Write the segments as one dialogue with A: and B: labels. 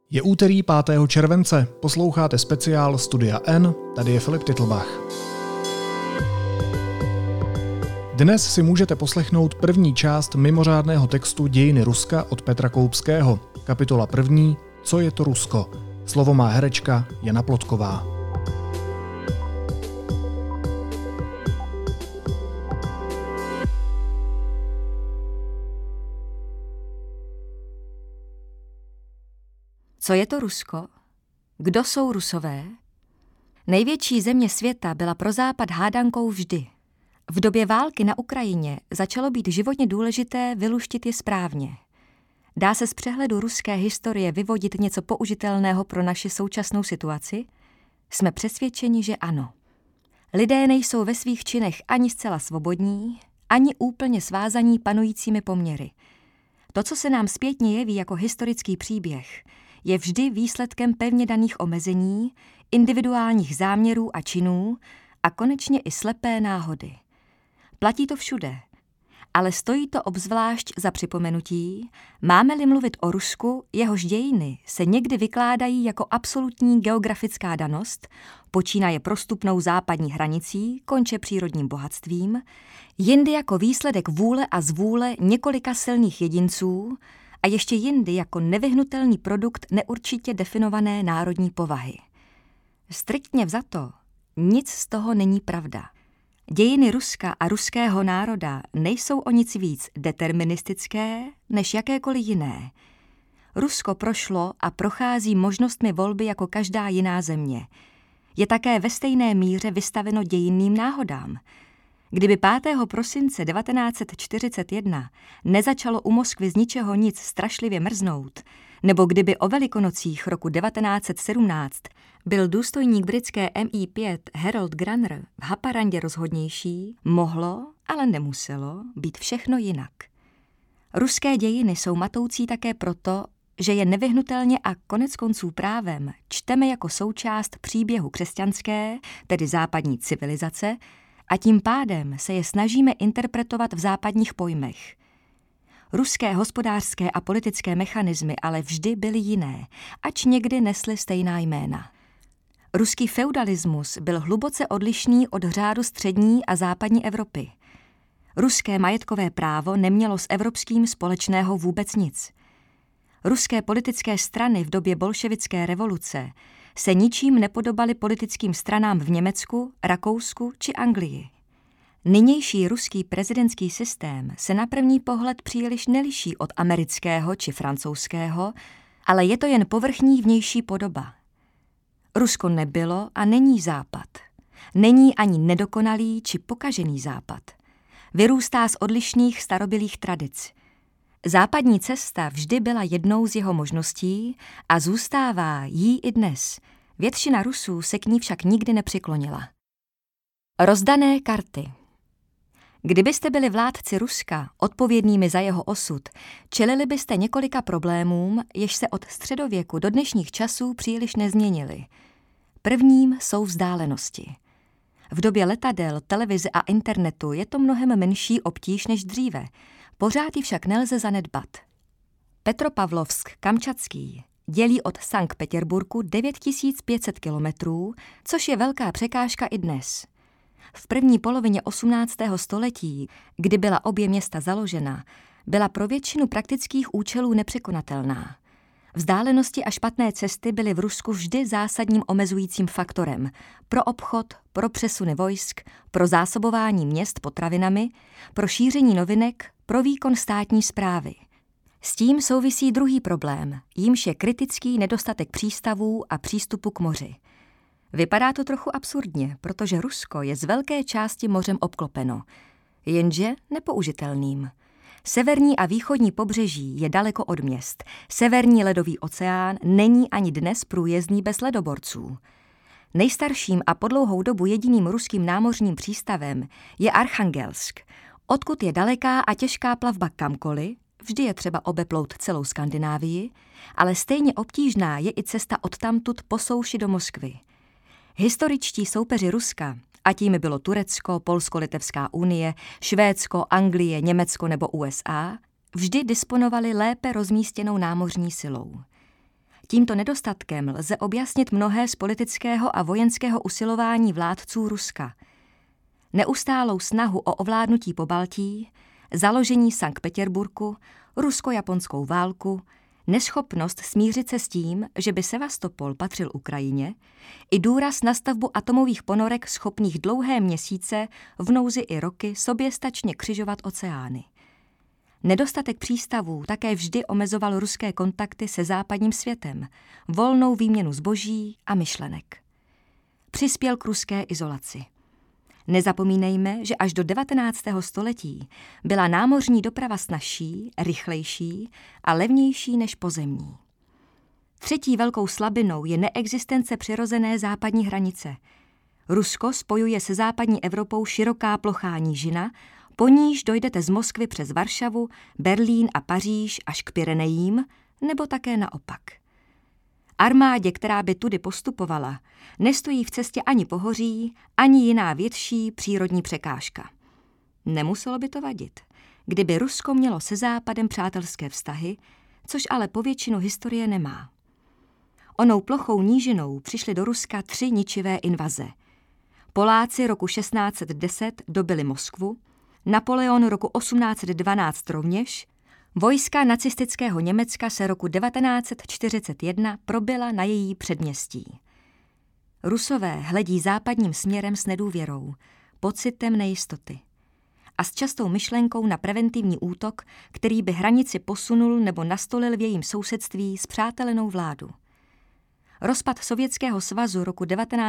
A: Je úterý 5. července, posloucháte speciál Studia N, tady je Filip Titlbach. Dnes si můžete poslechnout první část mimořádného textu Dějiny Ruska od Petra Koupského. Kapitola 1. Co je to Rusko? Slovo má herečka Jana Plotková.
B: Co je to Rusko? Kdo jsou Rusové? Největší země světa byla pro Západ hádankou vždy. V době války na Ukrajině začalo být životně důležité vyluštit je správně. Dá se z přehledu ruské historie vyvodit něco použitelného pro naši současnou situaci? Jsme přesvědčeni, že ano. Lidé nejsou ve svých činech ani zcela svobodní, ani úplně svázaní panujícími poměry. To, co se nám zpětně jeví jako historický příběh, je vždy výsledkem pevně daných omezení, individuálních záměrů a činů a konečně i slepé náhody. Platí to všude, ale stojí to obzvlášť za připomenutí, máme-li mluvit o Rusku, jehož dějiny se někdy vykládají jako absolutní geografická danost, počínaje prostupnou západní hranicí, konče přírodním bohatstvím, jindy jako výsledek vůle a zvůle několika silných jedinců, a ještě jindy jako nevyhnutelný produkt neurčitě definované národní povahy. Striktně vzato, nic z toho není pravda. Dějiny Ruska a ruského národa nejsou o nic víc deterministické než jakékoliv jiné. Rusko prošlo a prochází možnostmi volby jako každá jiná země. Je také ve stejné míře vystaveno dějinným náhodám. Kdyby 5. prosince 1941 nezačalo u Moskvy z ničeho nic strašlivě mrznout, nebo kdyby o Velikonocích roku 1917 byl důstojník britské MI5 Harold Granner v Haparandě rozhodnější, mohlo, ale nemuselo být všechno jinak. Ruské dějiny jsou matoucí také proto, že je nevyhnutelně a koneckonců právem čteme jako součást příběhu křesťanské, tedy západní civilizace, a tím pádem se je snažíme interpretovat v západních pojmech. Ruské hospodářské a politické mechanismy ale vždy byly jiné, ač někdy nesly stejná jména. Ruský feudalismus byl hluboce odlišný od řádu střední a západní Evropy. Ruské majetkové právo nemělo s evropským společného vůbec nic. Ruské politické strany v době bolševické revoluce se ničím nepodobaly politickým stranám v Německu, Rakousku či Anglii. Nynější ruský prezidentský systém se na první pohled příliš neliší od amerického či francouzského, ale je to jen povrchní vnější podoba. Rusko nebylo a není Západ. Není ani nedokonalý či pokažený Západ. Vyrůstá z odlišných starobylých tradic. Západní cesta vždy byla jednou z jeho možností a zůstává jí i dnes. Většina Rusů se k ní však nikdy nepřiklonila. Rozdané karty. Kdybyste byli vládci Ruska, odpovědnými za jeho osud, čelili byste několika problémům, jež se od středověku do dnešních časů příliš nezměnily. Prvním jsou vzdálenosti. V době letadel, televize a internetu je to mnohem menší obtíž než dříve. Pořád ji však nelze zanedbat. Petropavlovsk-Kamčatský dělí od Sankt Petěrburgu 9500 kilometrů, což je velká překážka i dnes. V první polovině 18. století, kdy byla obě města založena, byla pro většinu praktických účelů nepřekonatelná. Vzdálenosti a špatné cesty byly v Rusku vždy zásadním omezujícím faktorem pro obchod, pro přesuny vojsk, pro zásobování měst potravinami, pro šíření novinek, pro výkon státní správy. S tím souvisí druhý problém, jímž je kritický nedostatek přístavů a přístupu k moři. Vypadá to trochu absurdně, protože Rusko je z velké části mořem obklopeno, jenže nepoužitelným. Severní a východní pobřeží je daleko od měst. Severní ledový oceán není ani dnes průjezdný bez ledoborců. Nejstarším a po dlouhou dobu jediným ruským námořním přístavem je Archangelsk, odkud je daleká a těžká plavba kamkoliv, vždy je třeba obeplout celou Skandinávii, ale stejně obtížná je i cesta odtamtud po souši do Moskvy. Historičtí soupeři Ruska, a tím bylo Turecko, Polsko-Litevská unie, Švédsko, Anglie, Německo nebo USA, vždy disponovali lépe rozmístěnou námořní silou. Tímto nedostatkem lze objasnit mnohé z politického a vojenského usilování vládců Ruska. Neustálou snahu o ovládnutí Pobaltí, založení Sankt Petěrburku, rusko-japonskou válku, neschopnost smířit se s tím, že by Sevastopol patřil Ukrajině, i důraz na stavbu atomových ponorek schopných dlouhé měsíce, v nouzi i roky soběstačně křižovat oceány. Nedostatek přístavů také vždy omezoval ruské kontakty se západním světem, volnou výměnu zboží a myšlenek. Přispěl k ruské izolaci. Nezapomínejme, že až do 19. století byla námořní doprava snazší, rychlejší a levnější než pozemní. Třetí velkou slabinou je neexistence přirozené západní hranice. Rusko spojuje se západní Evropou široká plochá nížina, po níž dojdete z Moskvy přes Varšavu, Berlín a Paříž až k Pyrenejím, nebo také naopak. Armádě, která by tudy postupovala, nestojí v cestě ani pohoří, ani jiná větší přírodní překážka. Nemuselo by to vadit, kdyby Rusko mělo se Západem přátelské vztahy, což ale po většinu historie nemá. Onou plochou nížinou přišly do Ruska 3 ničivé invaze. Poláci roku 1610 dobili Moskvu, Napoleon roku 1812 rovněž, vojska nacistického Německa se roku 1941 probila na její předměstí. Rusové hledí západním směrem s nedůvěrou, pocitem nejistoty a s častou myšlenkou na preventivní útok, který by hranici posunul nebo nastolil v jejím sousedství spřátelenou vládu. Rozpad Sovětského svazu roku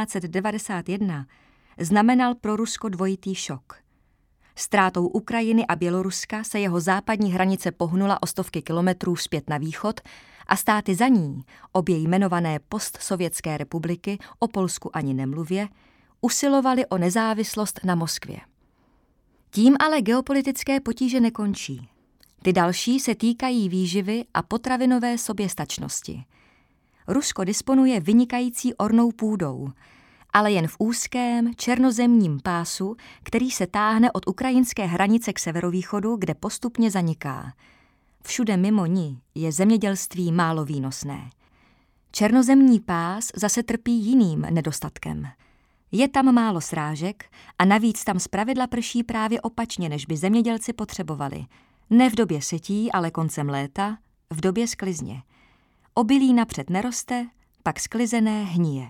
B: 1991 znamenal pro Rusko dvojitý šok. Ztrátou Ukrajiny a Běloruska se jeho západní hranice pohnula o stovky kilometrů zpět na východ a státy za ní, obě jmenované postsovětské republiky, o Polsku ani nemluvě, usilovaly o nezávislost na Moskvě. Tím ale geopolitické potíže nekončí. Ty další se týkají výživy a potravinové soběstačnosti. Rusko disponuje vynikající ornou půdou, ale jen v úzkém černozemním pásu, který se táhne od ukrajinské hranice k severovýchodu, kde postupně zaniká. Všude mimo ní je zemědělství málo výnosné. Černozemní pás zase trpí jiným nedostatkem. Je tam málo srážek a navíc tam zpravidla prší právě opačně, než by zemědělci potřebovali. Ne v době setí, ale koncem léta, v době sklizně. Obilí napřed neroste, pak sklizené hníje.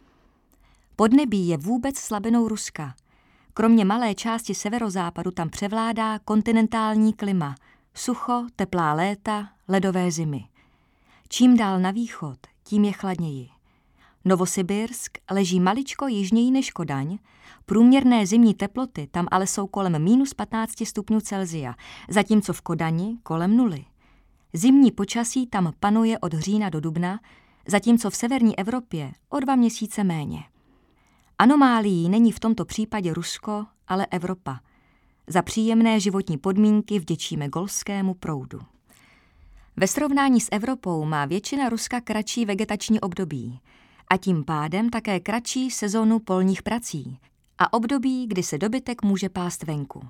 B: Podnebí je vůbec slabinou Ruska. Kromě malé části severozápadu tam převládá kontinentální klima, sucho, teplá léta, ledové zimy. Čím dál na východ, tím je chladněji. Novosibirsk leží maličko jižněji než Kodaň, průměrné zimní teploty tam ale jsou kolem -15 stupňů Celsia, zatímco v Kodani kolem 0. Zimní počasí tam panuje od října do dubna, zatímco v severní Evropě o 2 měsíce méně. Anomálií není v tomto případě Rusko, ale Evropa. Za příjemné životní podmínky vděčíme golfskému proudu. Ve srovnání s Evropou má většina Ruska kratší vegetační období a tím pádem také kratší sezónu polních prací a období, kdy se dobytek může pást venku.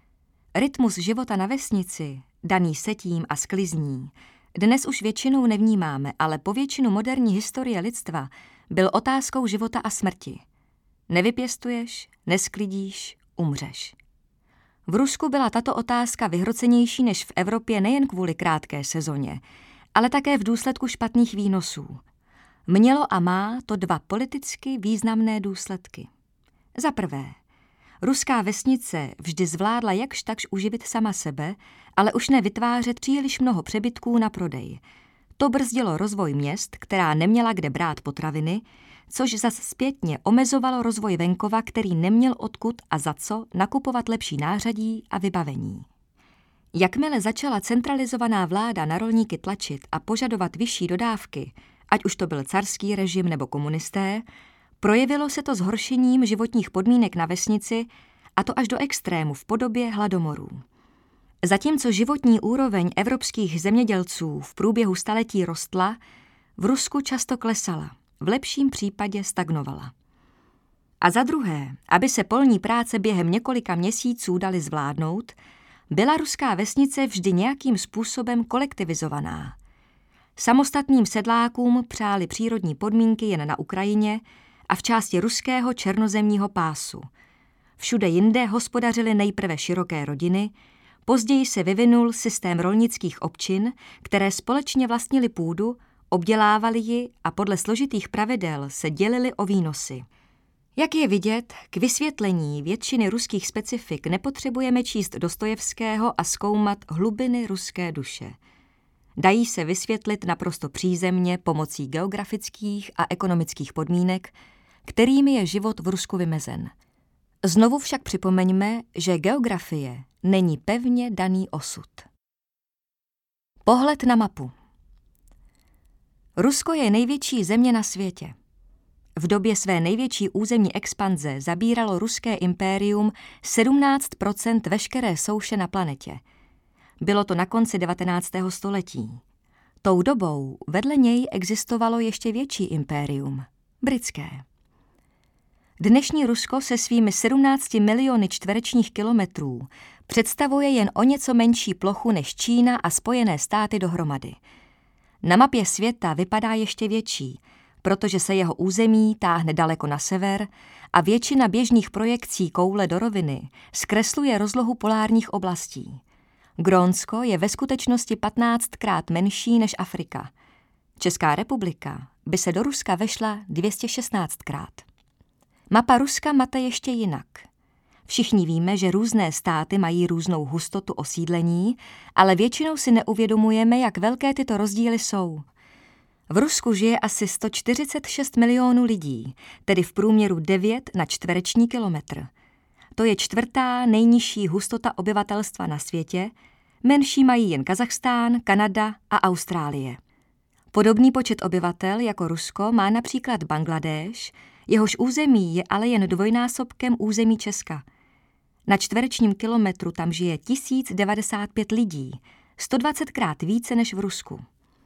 B: Rytmus života na vesnici, daný setím a sklizní, dnes už většinou nevnímáme, ale po většinu moderní historie lidstva byl otázkou života a smrti. Nevypěstuješ, nesklidíš, umřeš. V Rusku byla tato otázka vyhrocenější než v Evropě nejen kvůli krátké sezóně, ale také v důsledku špatných výnosů. Mělo a má to 2 politicky významné důsledky. Za prvé, ruská vesnice vždy zvládla jakž takž uživit sama sebe, ale už nevytvářet příliš mnoho přebytků na prodej. To brzdilo rozvoj měst, která neměla kde brát potraviny, což zas zpětně omezovalo rozvoj venkova, který neměl odkud a za co nakupovat lepší nářadí a vybavení. Jakmile začala centralizovaná vláda na rolníky tlačit a požadovat vyšší dodávky, ať už to byl carský režim nebo komunisté, projevilo se to zhoršením životních podmínek na vesnici, a to až do extrému v podobě hladomorů. Zatímco životní úroveň evropských zemědělců v průběhu staletí rostla, v Rusku často klesala, v lepším případě stagnovala. A za druhé, aby se polní práce během několika měsíců daly zvládnout, byla ruská vesnice vždy nějakým způsobem kolektivizovaná. Samostatným sedlákům přáli přírodní podmínky jen na Ukrajině a v části ruského černozemního pásu. Všude jinde hospodařily nejprve široké rodiny, později se vyvinul systém rolnických občin, které společně vlastnily půdu, obdělávali ji a podle složitých pravidel se dělili o výnosy. Jak je vidět, k vysvětlení většiny ruských specifik nepotřebujeme číst Dostojevského a zkoumat hlubiny ruské duše. Dají se vysvětlit naprosto přízemně pomocí geografických a ekonomických podmínek, kterými je život v Rusku vymezen. Znovu však připomeňme, že geografie není pevně daný osud. Pohled na mapu. Rusko je největší země na světě. V době své největší územní expanze zabíralo ruské impérium 17% veškeré souše na planetě. Bylo to na konci 19. století. Tou dobou vedle něj existovalo ještě větší impérium, britské. Dnešní Rusko se svými 17 miliony čtverečních kilometrů představuje jen o něco menší plochu než Čína a Spojené státy dohromady. Na mapě světa vypadá ještě větší, protože se jeho území táhne daleko na sever a většina běžných projekcí koule do roviny zkresluje rozlohu polárních oblastí. Grónsko je ve skutečnosti 15krát menší než Afrika. Česká republika by se do Ruska vešla 216krát. Mapa Ruska mate ještě jinak. Všichni víme, že různé státy mají různou hustotu osídlení, ale většinou si neuvědomujeme, jak velké tyto rozdíly jsou. V Rusku žije asi 146 milionů lidí, tedy v průměru 9 na čtvereční kilometr. To je 4. nejnižší hustota obyvatelstva na světě, menší mají jen Kazachstán, Kanada a Austrálie. Podobný počet obyvatel jako Rusko má například Bangladéš, jehož území je ale jen dvojnásobkem území Česka. Na čtverečním kilometru tam žije 1095 lidí, 120krát více než v Rusku.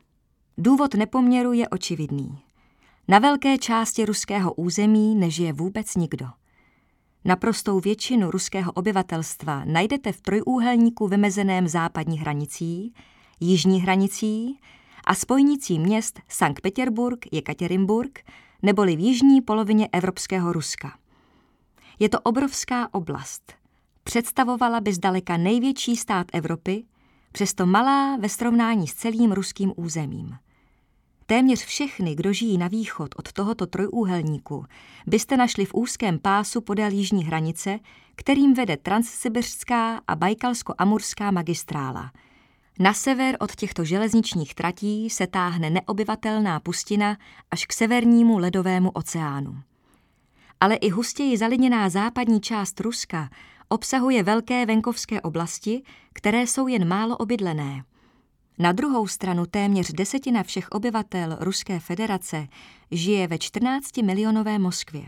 B: Důvod nepoměru je očividný. Na velké části ruského území nežije vůbec nikdo. Naprostou většinu ruského obyvatelstva najdete v trojúhelníku vymezeném západní hranicí, jižní hranicí a spojnicí měst Sankt Petěrburg, Jekatěrinburg, neboli v jižní polovině evropského Ruska. Je to obrovská oblast. Představovala by zdaleka největší stát Evropy, přesto malá ve srovnání s celým ruským územím. Téměř všechny, kdo žijí na východ od tohoto trojúhelníku, byste našli v úzkém pásu podél jižní hranice, kterým vede transsibiřská a bajkalsko-amurská magistrála. Na sever od těchto železničních tratí se táhne neobyvatelná pustina až k severnímu ledovému oceánu. Ale i hustěji zalidněná západní část Ruska obsahuje velké venkovské oblasti, které jsou jen málo obydlené. Na druhou stranu téměř 10% všech obyvatel Ruské federace žije ve 14milionové Moskvě.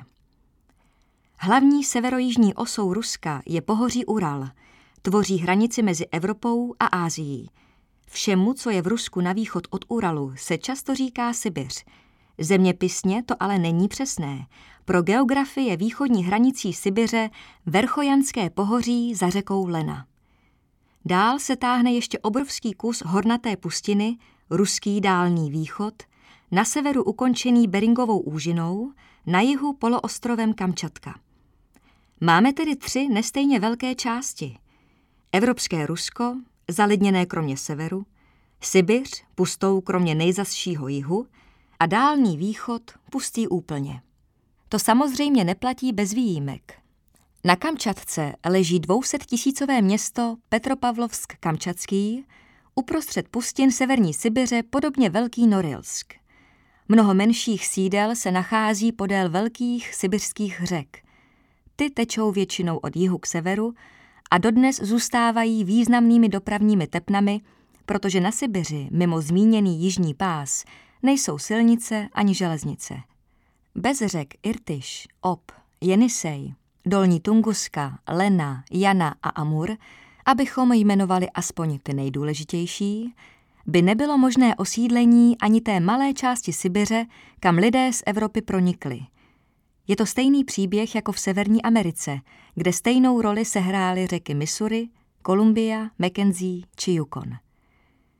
B: Hlavní severojižní osou Ruska je pohoří Ural, tvoří hranici mezi Evropou a Ásií. Všemu, co je v Rusku na východ od Uralu, se často říká Sibiř. Zeměpisně to ale není přesné. Pro geografii je východní hranicí Sibiře Verchojanské pohoří za řekou Lena. Dál se táhne ještě obrovský kus hornaté pustiny, ruský dálný východ, na severu ukončený Beringovou úžinou, na jihu poloostrovem Kamčatka. Máme tedy 3 nestejně velké části. Evropské Rusko, zalidněné kromě severu, Sibiř, pustou kromě nejzazšího jihu a dálný východ, pustý úplně. To samozřejmě neplatí bez výjimek. Na Kamčatce leží 200 000 město Petropavlovsk-Kamčatský, uprostřed pustin severní Sibiře podobně velký Norilsk. Mnoho menších sídel se nachází podél velkých sibiřských řek. Ty tečou většinou od jihu k severu a dodnes zůstávají významnými dopravními tepnami, protože na Sibiři, mimo zmíněný jižní pás, nejsou silnice ani železnice. Bez řek Irtyš, Ob, Jenisej, Dolní Tunguska, Lena, Jana a Amur, abychom jmenovali aspoň ty nejdůležitější, by nebylo možné osídlení ani té malé části Sibiře, kam lidé z Evropy pronikli. Je to stejný příběh jako v Severní Americe, kde stejnou roli sehrály řeky Missouri, Columbia, Mackenzie či Yukon.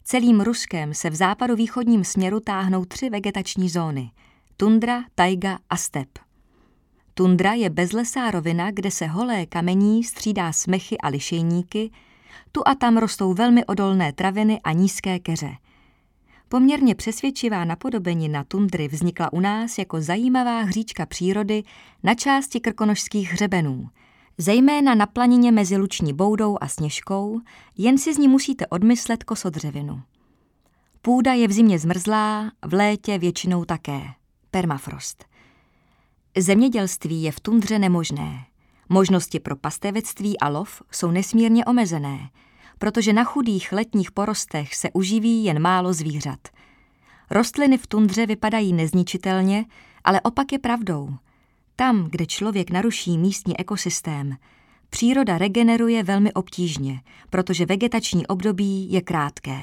B: Celým Ruskem se v západovýchodním směru táhnou 3 vegetační zóny – tundra, tajga a step. Tundra je bezlesá rovina, kde se holé kamení střídá s mechy a lišejníky, tu a tam rostou velmi odolné traviny a nízké keře. Poměrně přesvědčivá napodobenina tundry vznikla u nás jako zajímavá hříčka přírody na části krkonošských hřebenů, zejména na planině mezi Luční Boudou a Sněžkou, jen si z ní musíte odmyslet kosodřevinu. Půda je v zimě zmrzlá, v létě většinou také. Permafrost. Zemědělství je v tundře nemožné. Možnosti pro pastevectví a lov jsou nesmírně omezené, protože na chudých letních porostech se uživí jen málo zvířat. Rostliny v tundře vypadají nezničitelně, ale opak je pravdou. Tam, kde člověk naruší místní ekosystém, příroda regeneruje velmi obtížně, protože vegetační období je krátké.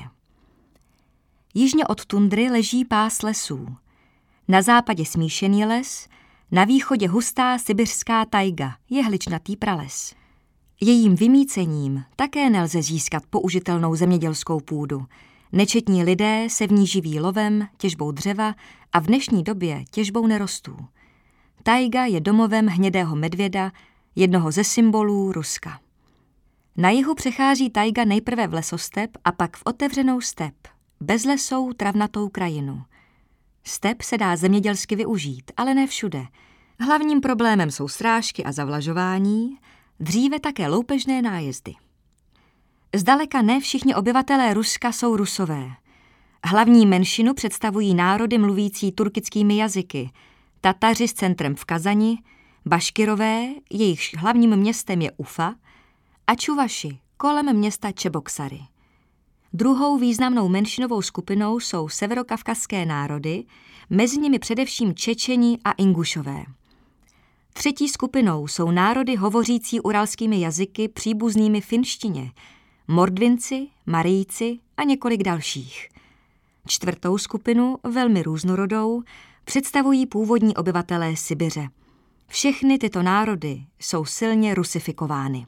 B: Jižně od tundry leží pás lesů. Na západě smíšený les, na východě hustá sibiřská tajga, jehličnatý prales. Jejím vymýcením také nelze získat použitelnou zemědělskou půdu. Nečetní lidé se v ní živí lovem, těžbou dřeva a v dnešní době těžbou nerostů. Tajga je domovem hnědého medvěda, jednoho ze symbolů Ruska. Na jihu přechází tajga nejprve v lesostep a pak v otevřenou step, bezlesou travnatou krajinu. Step se dá zemědělsky využít, ale ne všude. Hlavním problémem jsou srážky a zavlažování, dříve také loupežné nájezdy. Zdaleka ne všichni obyvatelé Ruska jsou Rusové. Hlavní menšinu představují národy mluvící turkickými jazyky, Tataři s centrem v Kazani, Baškirové, jejichž hlavním městem je Ufa, a Čuvaši kolem města Čeboksary. Druhou významnou menšinovou skupinou jsou severokavkazské národy, mezi nimi především Čečeni a Ingušové. Třetí skupinou jsou národy hovořící uralskými jazyky příbuznými finštině, Mordvinci, Marijci a několik dalších. Čtvrtou skupinu, velmi různorodou, představují původní obyvatelé Sibiře. Všechny tyto národy jsou silně rusifikovány.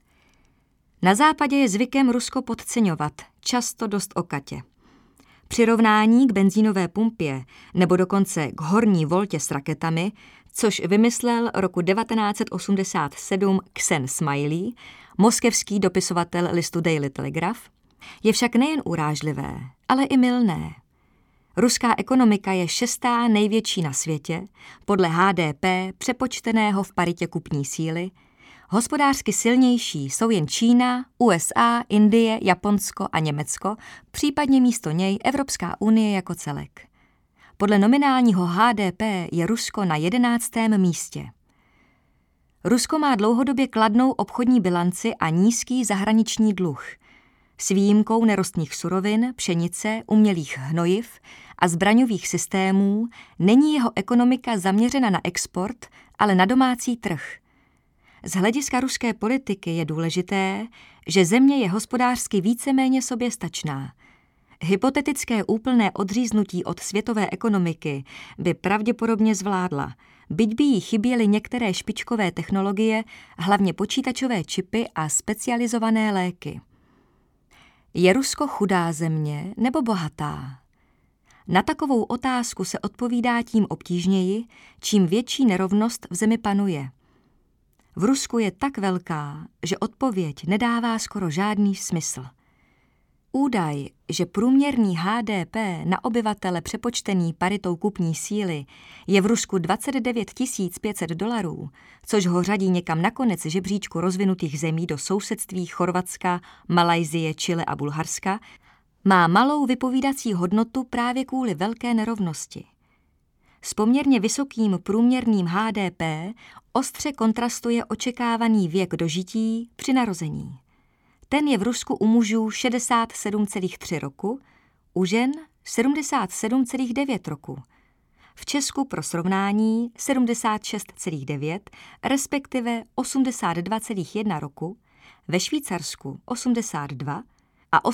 B: Na západě je zvykem Rusko podceňovat, často dost okatě. Přirovnání k benzínové pumpě nebo dokonce k horní voltě s raketami, což vymyslel roku 1987 Ksen Smiley, moskevský dopisovatel listu Daily Telegraph, je však nejen urážlivé, ale i mylné. Ruská ekonomika je 6. největší na světě, podle HDP přepočteného v paritě kupní síly. Hospodářsky silnější jsou jen Čína, USA, Indie, Japonsko a Německo, případně místo něj Evropská unie jako celek. Podle nominálního HDP je Rusko na 11. místě. Rusko má dlouhodobě kladnou obchodní bilanci a nízký zahraniční dluh. S výjimkou nerostných surovin, pšenice, umělých hnojiv a zbraňových systémů není jeho ekonomika zaměřena na export, ale na domácí trh. Z hlediska ruské politiky je důležité, že země je hospodářsky víceméně soběstačná. Hypotetické úplné odříznutí od světové ekonomiky by pravděpodobně zvládla, byť by jí chyběly některé špičkové technologie, hlavně počítačové čipy a specializované léky. Je Rusko chudá země nebo bohatá? Na takovou otázku se odpovídá tím obtížněji, čím větší nerovnost v zemi panuje. V Rusku je tak velká, že odpověď nedává skoro žádný smysl. Údaj, že průměrný HDP na obyvatele přepočtený paritou kupní síly je v Rusku $29 500, což ho řadí někam na konec žebříčku rozvinutých zemí do sousedství Chorvatska, Malajsie, Chile a Bulharska, má malou vypovídací hodnotu právě kvůli velké nerovnosti. S poměrně vysokým průměrným HDP ostře kontrastuje očekávaný věk dožití při narození. Ten je v Rusku u mužů 67,3 roku, u žen 77,9 roku. V Česku pro srovnání 76,9, respektive 82,1 roku, ve Švýcarsku 82 a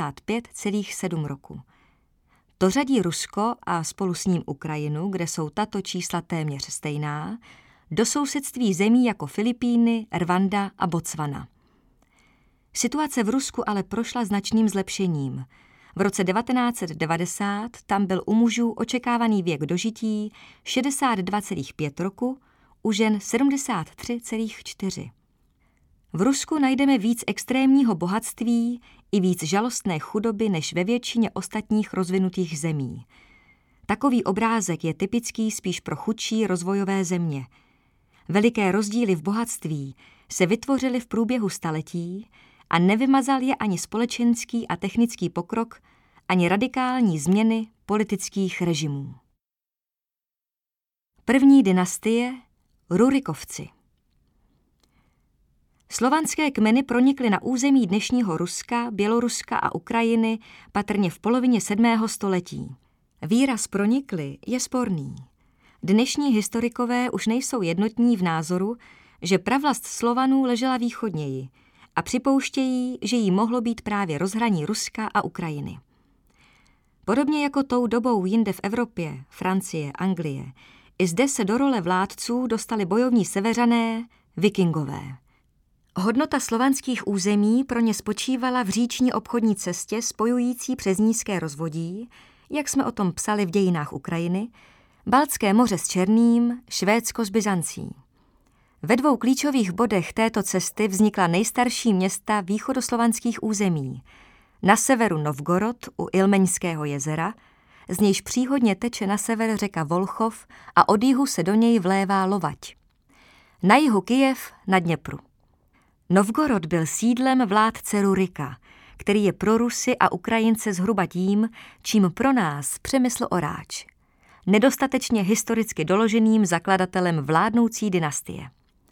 B: 85,7 roku. To řadí Rusko a spolu s ním Ukrajinu, kde jsou tato čísla téměř stejná, do sousedství zemí jako Filipíny, Rwanda a Botswana. Situace v Rusku ale prošla značným zlepšením. V roce 1990 tam byl u mužů očekávaný věk dožití 62,5 roku, u žen 73,4. V Rusku najdeme víc extrémního bohatství i víc žalostné chudoby než ve většině ostatních rozvinutých zemí. Takový obrázek je typický spíš pro chudší rozvojové země. Veliké rozdíly v bohatství se vytvořily v průběhu staletí a nevymazal je ani společenský a technický pokrok, ani radikální změny politických režimů. První dynastie Rurikovci. Slovanské kmeny pronikly na území dnešního Ruska, Běloruska a Ukrajiny patrně v polovině 7. století. Výraz pronikly je sporný. Dnešní historikové už nejsou jednotní v názoru, že pravlast Slovanů ležela východněji a připouštějí, že jí mohlo být právě rozhraní Ruska a Ukrajiny. Podobně jako tou dobou jinde v Evropě, Francie, Anglie, i zde se do role vládců dostali bojovní Severané, Vikingové. Hodnota slovanských území pro ně spočívala v říční obchodní cestě spojující přes nízké rozvodí, jak jsme o tom psali v dějinách Ukrajiny, Baltské moře s Černým, Švédsko s Byzancí. Ve 2 klíčových bodech této cesty vznikla nejstarší města východoslovanských území. Na severu Novgorod u Ilmeňského jezera, z nějž příhodně teče na sever řeka Volchov a od jihu se do něj vlévá Lovať. Na jihu Kyjev na Dněpru. Novgorod byl sídlem vládce Rurika, který je pro Rusy a Ukrajince zhruba tím, čím pro nás Přemysl Oráč. Nedostatečně historicky doloženým zakladatelem vládnoucí dynastie.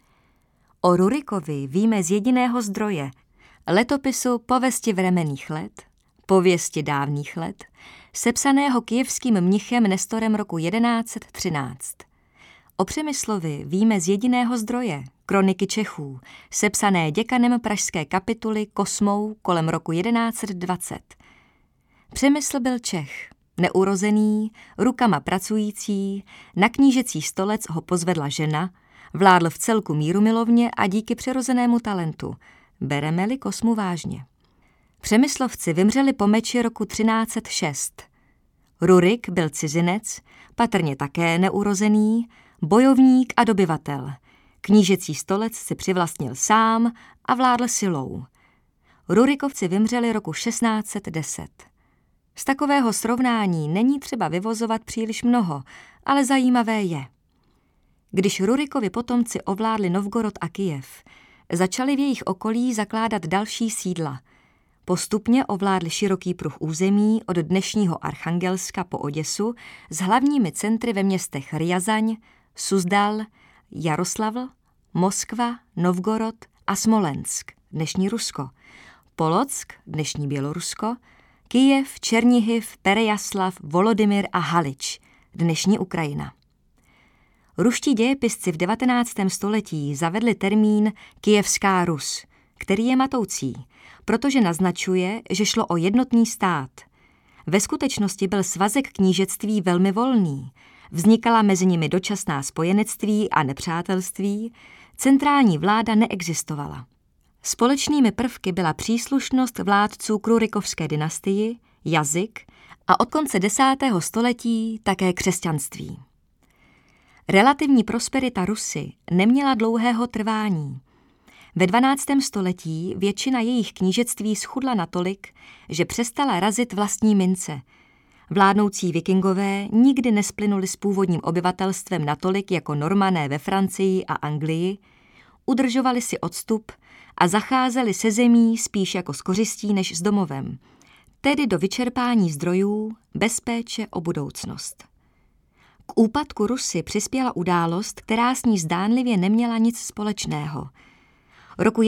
B: O Rurikovi víme z jediného zdroje, letopisu Pověsti vremenných let, Pověsti dávných let, sepsaného kyjevským mnichem Nestorem roku 1113. O Přemyslovi víme z jediného zdroje, Kroniky Čechů, sepsané děkanem pražské kapituly Kosmou kolem roku 1120. Přemysl byl Čech, neurozený, rukama pracující, na knížecí stolec ho pozvedla žena, vládl v celku mírumilovně a díky přirozenému talentu. Bereme-li Kosmu vážně. Přemyslovci vymřeli po meči roku 1306. Rurik byl cizinec, patrně také neurozený, bojovník a dobyvatel. Knížecí stolec si přivlastnil sám a vládl silou. Rurikovci vymřeli roku 1610. Z takového srovnání není třeba vyvozovat příliš mnoho, ale zajímavé je. Když Rurikovi potomci ovládli Novgorod a Kyjev, začali v jejich okolí zakládat další sídla. Postupně ovládli široký pruh území od dnešního Archangelska po Oděsu s hlavními centry ve městech Rjazaň, Suzdal, Jaroslavl, Moskva, Novgorod a Smolensk, dnešní Rusko, Polock, dnešní Bělorusko, Kyjev, Černihiv, Perejaslav, Volodymyr a Halič, dnešní Ukrajina. Ruští dějepisci v 19. století zavedli termín Kyjevská Rus, který je matoucí, protože naznačuje, že šlo o jednotný stát. Ve skutečnosti byl svazek knížectví velmi volný, vznikala mezi nimi dočasná spojenectví a nepřátelství, centrální vláda neexistovala. Společnými prvky byla příslušnost vládců k Rurikovské dynastii, jazyk a od konce 10. století také křesťanství. Relativní prosperita Rusy neměla dlouhého trvání. Ve 12. století většina jejich knížectví schudla natolik, že přestala razit vlastní mince. Vládnoucí Vikingové nikdy nesplynuli s původním obyvatelstvem natolik jako Normané ve Francii a Anglii, udržovali si odstup a zacházeli se zemí spíš jako s kořistí než s domovem, tedy do vyčerpání zdrojů, bez péče o budoucnost. K úpadku Rusy přispěla událost, která s ní zdánlivě neměla nic společného. Roku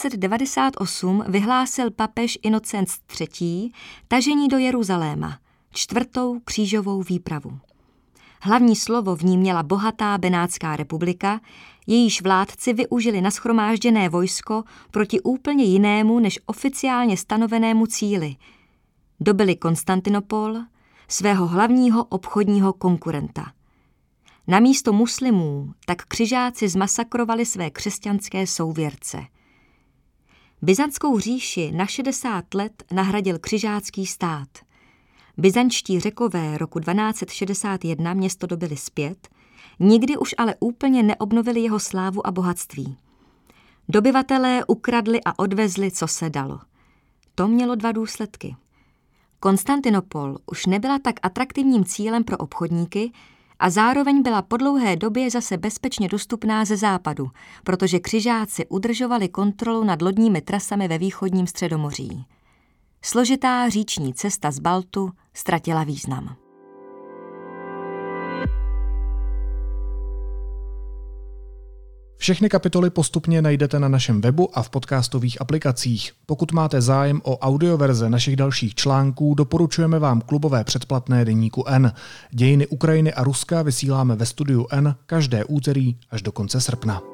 B: 1198 vyhlásil papež Inocent III. Tažení do Jeruzaléma, 4. křížovou výpravu. Hlavní slovo v ní měla bohatá Benátská republika, jejíž vládci využili nashromážděné vojsko proti úplně jinému než oficiálně stanovenému cíli. Dobili Konstantinopol, svého hlavního obchodního konkurenta. Namísto muslimů tak křižáci zmasakrovali své křesťanské souvěrce. Byzantskou říši na 60 let nahradil křižácký stát. Byzantští Řekové roku 1261 město dobyli zpět, nikdy už ale úplně neobnovili jeho slávu a bohatství. Dobyvatelé ukradli a odvezli, co se dalo. To mělo 2 důsledky. Konstantinopol už nebyla tak atraktivním cílem pro obchodníky a zároveň byla po dlouhé době zase bezpečně dostupná ze západu, protože křižáci udržovali kontrolu nad lodními trasami ve východním Středomoří. Složitá říční cesta z Baltu ztratila význam.
A: Všechny kapitoly postupně najdete na našem webu a v podcastových aplikacích. Pokud máte zájem o audioverze našich dalších článků, doporučujeme vám klubové předplatné deníku N. Dějiny Ukrajiny a Ruska vysíláme ve studiu N každé úterý až do konce srpna.